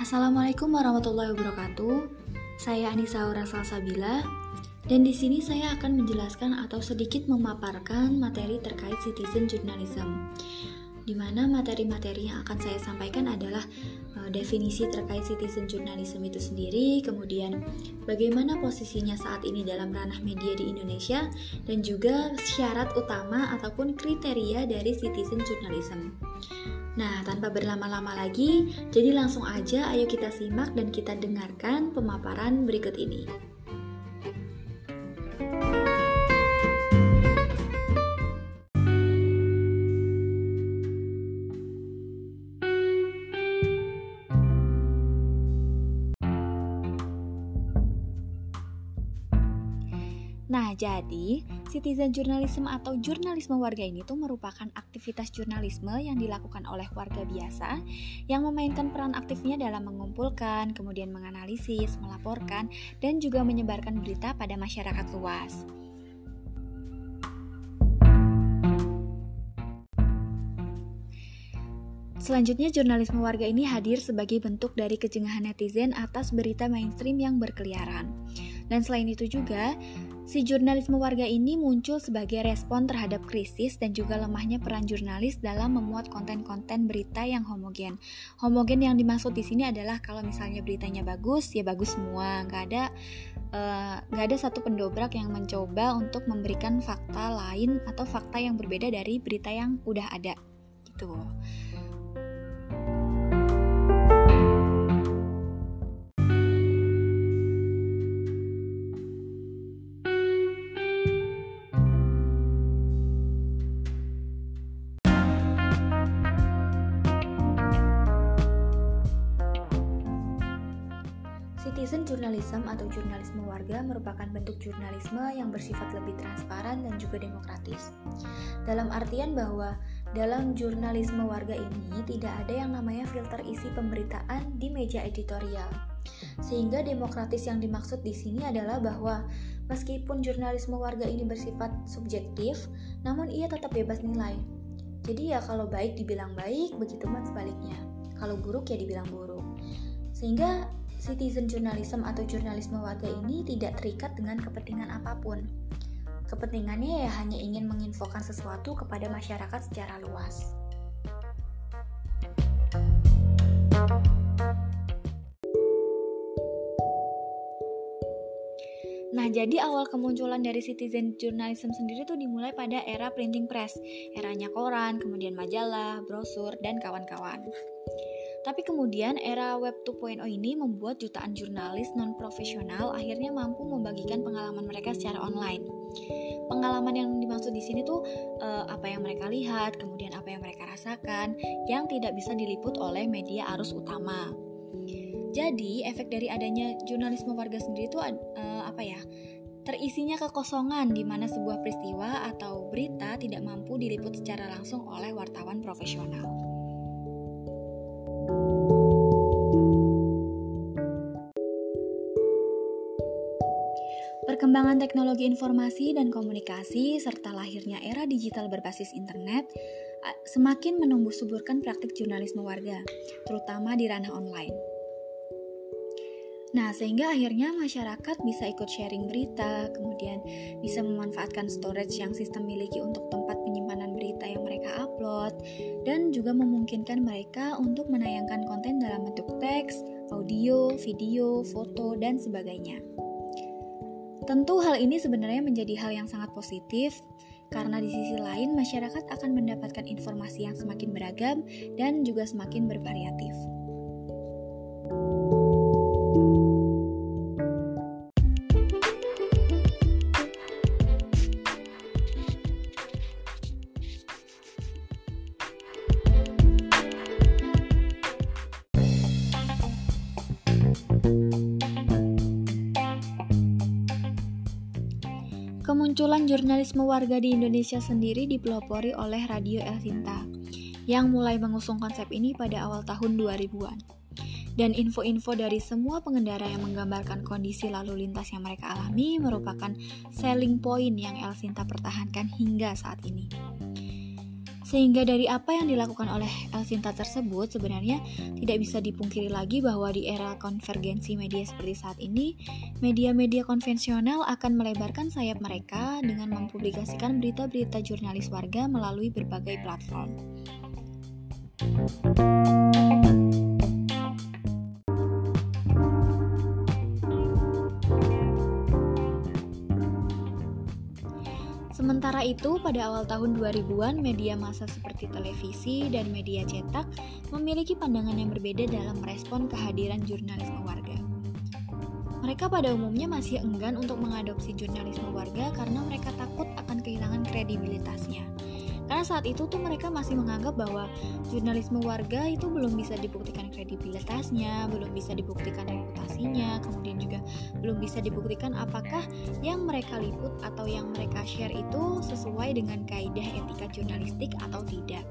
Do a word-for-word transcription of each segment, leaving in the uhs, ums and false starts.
Assalamualaikum warahmatullahi wabarakatuh. Saya Anissa Aura Salsabila dan di sini saya akan menjelaskan atau sedikit memaparkan materi terkait citizen journalism. Di mana materi-materi yang akan saya sampaikan adalah uh, definisi terkait citizen journalism itu sendiri, kemudian bagaimana posisinya saat ini dalam ranah media di Indonesia, dan juga syarat utama ataupun kriteria dari citizen journalism. Nah, tanpa berlama-lama lagi, jadi langsung aja ayo kita simak dan kita dengarkan pemaparan berikut ini. Nah, jadi citizen journalism atau jurnalisme warga ini tuh merupakan aktivitas jurnalisme yang dilakukan oleh warga biasa yang memainkan peran aktifnya dalam mengumpulkan, kemudian menganalisis, melaporkan, dan juga menyebarkan berita pada masyarakat luas. Selanjutnya, jurnalisme warga ini hadir sebagai bentuk dari kejengahan netizen atas berita mainstream yang berkeliaran. Dan selain itu juga, si jurnalisme warga ini muncul sebagai respon terhadap krisis dan juga lemahnya peran jurnalis dalam memuat konten-konten berita yang homogen. Homogen yang dimaksud di sini adalah kalau misalnya beritanya bagus, ya bagus semua, nggak ada uh, nggak ada satu pendobrak yang mencoba untuk memberikan fakta lain atau fakta yang berbeda dari berita yang udah ada, gitu. Citizen journalism atau jurnalisme warga merupakan bentuk jurnalisme yang bersifat lebih transparan dan juga demokratis. Dalam artian bahwa dalam jurnalisme warga ini tidak ada yang namanya filter isi pemberitaan di meja editorial. Sehingga demokratis yang dimaksud di sini adalah bahwa meskipun jurnalisme warga ini bersifat subjektif, namun ia tetap bebas nilai. Jadi ya kalau baik dibilang baik, begitu pun sebaliknya. Kalau buruk ya dibilang buruk. Sehingga citizen journalism atau jurnalisme warga ini tidak terikat dengan kepentingan apapun. Kepentingannya ya hanya ingin menginfokan sesuatu kepada masyarakat secara luas. Nah, jadi awal kemunculan dari citizen journalism sendiri tuh dimulai pada era printing press, eranya koran, kemudian majalah, brosur, dan kawan-kawan. Tapi kemudian era web dua titik nol ini membuat jutaan jurnalis non-profesional akhirnya mampu membagikan pengalaman mereka secara online. Pengalaman yang dimaksud di sini tuh eh, apa yang mereka lihat, kemudian apa yang mereka rasakan, yang tidak bisa diliput oleh media arus utama. Jadi efek dari adanya jurnalisme warga sendiri tuh eh, apa ya? Terisinya kekosongan di mana sebuah peristiwa atau berita tidak mampu diliput secara langsung oleh wartawan profesional. Perkembangan teknologi informasi dan komunikasi serta lahirnya era digital berbasis internet semakin menumbuh suburkan praktik jurnalisme warga, terutama di ranah online. Nah, sehingga akhirnya masyarakat bisa ikut sharing berita, kemudian bisa memanfaatkan storage yang sistem miliki untuk tempat penyimpanan berita yang mereka upload, dan juga memungkinkan mereka untuk menayangkan konten dalam bentuk teks, audio, video, foto, dan sebagainya. Tentu hal ini sebenarnya menjadi hal yang sangat positif, karena di sisi lain masyarakat akan mendapatkan informasi yang semakin beragam dan juga semakin bervariatif. Kemunculan jurnalisme warga di Indonesia sendiri dipelopori oleh Radio Elsinta yang mulai mengusung konsep ini pada awal tahun dua ribuan. Dan info-info dari semua pengendara yang menggambarkan kondisi lalu lintas yang mereka alami merupakan selling point yang Elsinta pertahankan hingga saat ini. Sehingga dari apa yang dilakukan oleh Elsinta tersebut, sebenarnya tidak bisa dipungkiri lagi bahwa di era konvergensi media seperti saat ini, media-media konvensional akan melebarkan sayap mereka dengan mempublikasikan berita-berita jurnalis warga melalui berbagai platform. Sementara itu, pada awal tahun dua ribuan, media massa seperti televisi dan media cetak memiliki pandangan yang berbeda dalam merespon kehadiran jurnalisme warga. Mereka pada umumnya masih enggan untuk mengadopsi jurnalisme warga karena mereka takut akan kehilangan kredibilitasnya. Karena saat itu tuh mereka masih menganggap bahwa jurnalisme warga itu belum bisa dibuktikan kredibilitasnya, belum bisa dibuktikan reputasinya, kemudian juga belum bisa dibuktikan apakah yang mereka liput atau yang mereka share itu sesuai dengan kaidah etika jurnalistik atau tidak.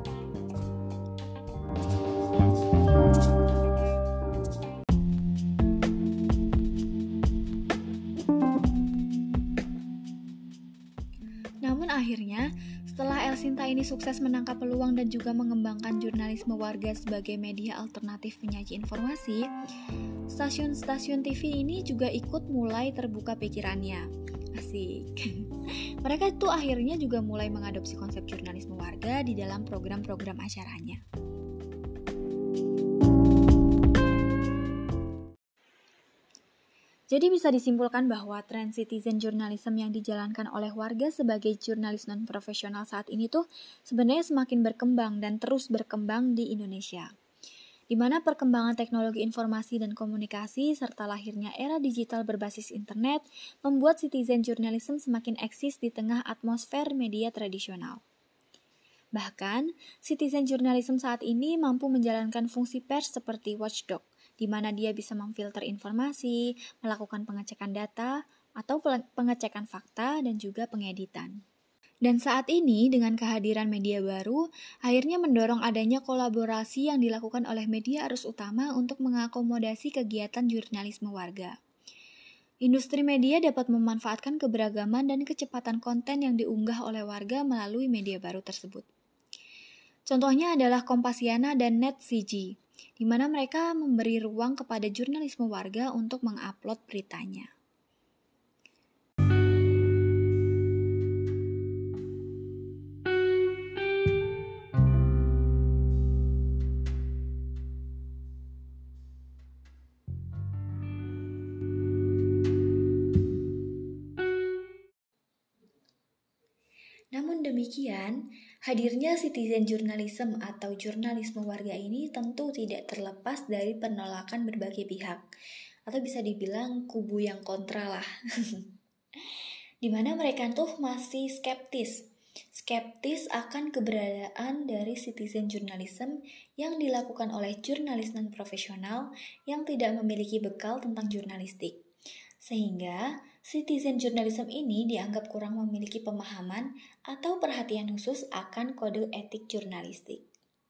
Namun akhirnya, setelah Elsinta ini sukses menangkap peluang dan juga mengembangkan jurnalisme warga sebagai media alternatif penyaji informasi, stasiun-stasiun T V ini juga ikut mulai terbuka pikirannya. Asik. Mereka itu akhirnya juga mulai mengadopsi konsep jurnalisme warga di dalam program-program acaranya. Jadi bisa disimpulkan bahwa tren citizen journalism yang dijalankan oleh warga sebagai jurnalis non-profesional saat ini tuh sebenarnya semakin berkembang dan terus berkembang di Indonesia. Di mana perkembangan teknologi informasi dan komunikasi serta lahirnya era digital berbasis internet membuat citizen journalism semakin eksis di tengah atmosfer media tradisional. Bahkan, citizen journalism saat ini mampu menjalankan fungsi pers seperti watchdog, di mana dia bisa memfilter informasi, melakukan pengecekan data, atau pengecekan fakta, dan juga pengeditan. Dan saat ini, dengan kehadiran media baru, akhirnya mendorong adanya kolaborasi yang dilakukan oleh media arus utama untuk mengakomodasi kegiatan jurnalisme warga. Industri media dapat memanfaatkan keberagaman dan kecepatan konten yang diunggah oleh warga melalui media baru tersebut. Contohnya adalah Kompasiana dan NetCG, di mana mereka memberi ruang kepada jurnalisme warga untuk mengupload beritanya. Namun demikian, hadirnya citizen journalism atau jurnalisme warga ini tentu tidak terlepas dari penolakan berbagai pihak, atau bisa dibilang kubu yang kontra lah. Dimana mereka tuh masih skeptis, skeptis akan keberadaan dari citizen journalism yang dilakukan oleh jurnalis non-profesional yang tidak memiliki bekal tentang jurnalistik. Sehingga citizen journalism ini dianggap kurang memiliki pemahaman atau perhatian khusus akan kode etik jurnalistik.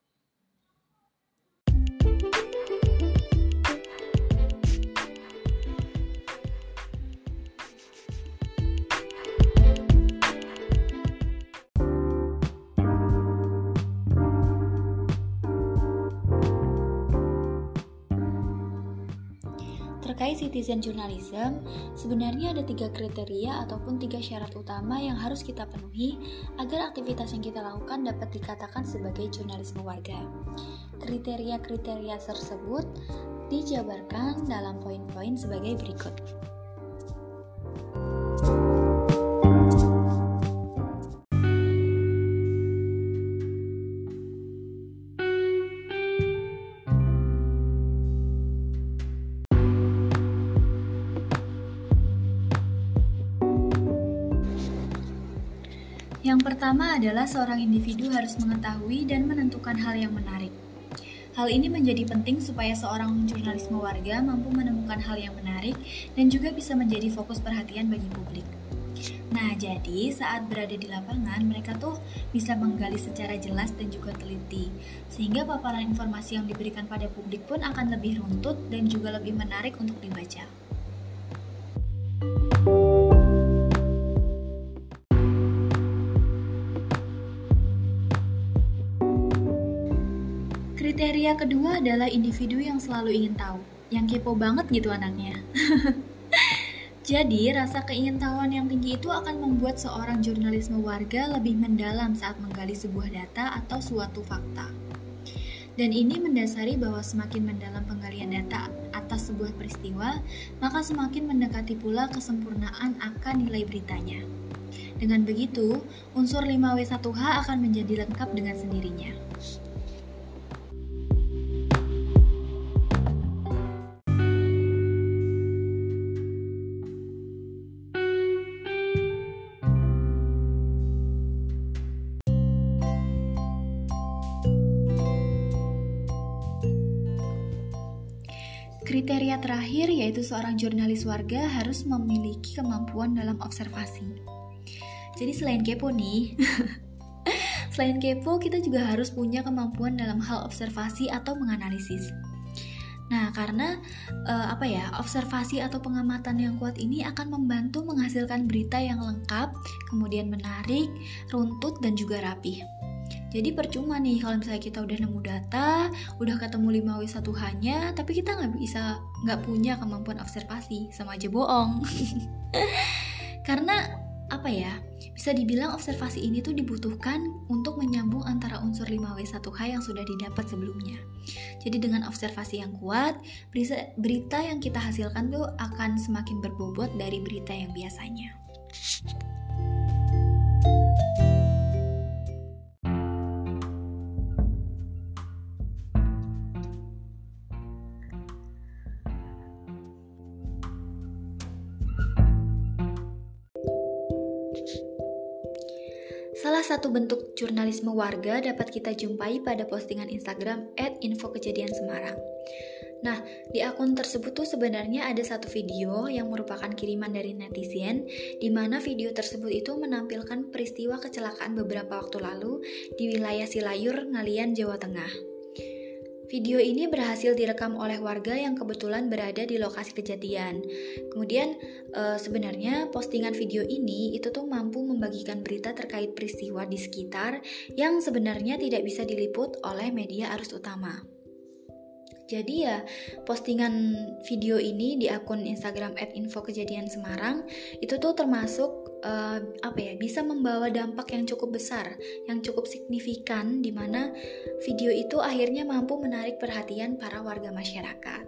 Terkait citizen journalism, sebenarnya ada tiga kriteria ataupun tiga syarat utama yang harus kita penuhi agar aktivitas yang kita lakukan dapat dikatakan sebagai jurnalisme warga. Kriteria-kriteria tersebut dijabarkan dalam poin-poin sebagai berikut. Yang pertama adalah seorang individu harus mengetahui dan menentukan hal yang menarik. Hal ini menjadi penting supaya seorang jurnalisme warga mampu menemukan hal yang menarik dan juga bisa menjadi fokus perhatian bagi publik. Nah, jadi saat berada di lapangan, mereka tuh bisa menggali secara jelas dan juga teliti, sehingga paparan informasi yang diberikan pada publik pun akan lebih runtut dan juga lebih menarik untuk dibaca. Kriteria kedua adalah individu yang selalu ingin tahu, yang kepo banget gitu anaknya. Jadi, rasa keingintahuan yang tinggi itu akan membuat seorang jurnalisme warga lebih mendalam saat menggali sebuah data atau suatu fakta. Dan ini mendasari bahwa semakin mendalam penggalian data atas sebuah peristiwa, maka semakin mendekati pula kesempurnaan akan nilai beritanya. Dengan begitu, unsur lima W satu H akan menjadi lengkap dengan sendirinya. Kriteria terakhir yaitu seorang jurnalis warga harus memiliki kemampuan dalam observasi. Jadi selain kepo nih, selain kepo kita juga harus punya kemampuan dalam hal observasi atau menganalisis. Nah, karena eh, apa ya, observasi atau pengamatan yang kuat ini akan membantu menghasilkan berita yang lengkap, kemudian menarik, runtut dan juga rapih. Jadi percuma nih kalau misalnya kita udah nemu data, udah ketemu lima W satu H-nya, tapi kita nggak bisa, nggak punya kemampuan observasi, sama aja bohong. Karena apa ya, bisa dibilang observasi ini tuh dibutuhkan untuk menyambung antara unsur lima W satu H yang sudah didapat sebelumnya. Jadi dengan observasi yang kuat, berita yang kita hasilkan tuh akan semakin berbobot dari berita yang biasanya. Salah satu bentuk jurnalisme warga dapat kita jumpai pada postingan Instagram et info kejadian semarang. Nah, di akun tersebut tuh sebenarnya ada satu video yang merupakan kiriman dari netizen, di mana video tersebut itu menampilkan peristiwa kecelakaan beberapa waktu lalu di wilayah Silayur, Ngalian, Jawa Tengah. Video ini berhasil direkam oleh warga yang kebetulan berada di lokasi kejadian. Kemudian e, sebenarnya postingan video ini itu tuh mampu membagikan berita terkait peristiwa di sekitar yang sebenarnya tidak bisa diliput oleh media arus utama. Jadi ya, postingan video ini di akun Instagram et info kejadian semarang itu tuh termasuk uh, apa ya, bisa membawa dampak yang cukup besar, yang cukup signifikan, di mana video itu akhirnya mampu menarik perhatian para warga masyarakat.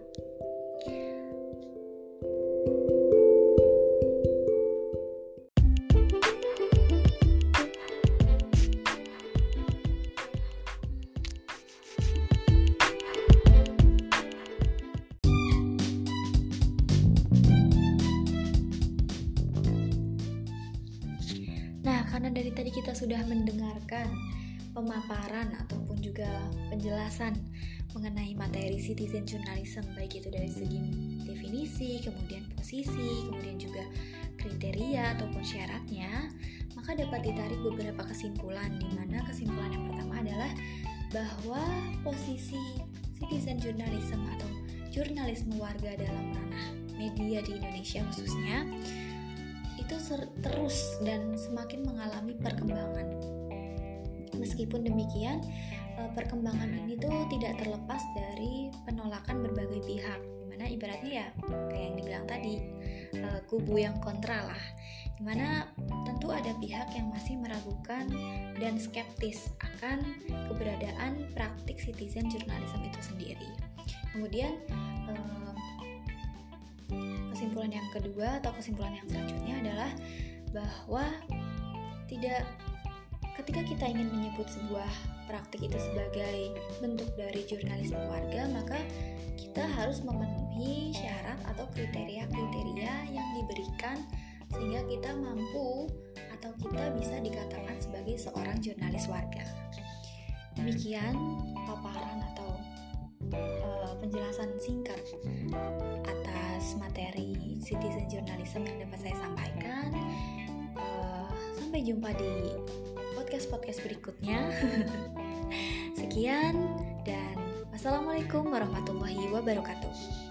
Karena dari tadi kita sudah mendengarkan pemaparan ataupun juga penjelasan mengenai materi citizen journalism, baik itu dari segi definisi, kemudian posisi, kemudian juga kriteria ataupun syaratnya, maka dapat ditarik beberapa kesimpulan, di mana kesimpulan yang pertama adalah bahwa posisi citizen journalism atau jurnalisme warga dalam ranah media di Indonesia khususnya itu ser- terus dan semakin mengalami perkembangan. Meskipun demikian, perkembangan ini tuh tidak terlepas dari penolakan berbagai pihak, dimana ibaratnya ya kayak yang dibilang tadi, kubu yang kontra lah, dimana tentu ada pihak yang masih meragukan dan skeptis akan keberadaan praktik citizen journalism itu sendiri. Kemudian kesimpulan yang kedua atau kesimpulan yang selanjutnya adalah bahwa tidak ketika kita ingin menyebut sebuah praktik itu sebagai bentuk dari jurnalisme warga, maka kita harus memenuhi syarat atau kriteria-kriteria yang diberikan sehingga kita mampu atau kita bisa dikatakan sebagai seorang jurnalis warga. Demikian paparan atau uh, penjelasan singkat atas materi citizen journalism yang dapat saya sampaikan. Uh, sampai jumpa di podcast-podcast berikutnya. Sekian dan wassalamualaikum warahmatullahi wabarakatuh.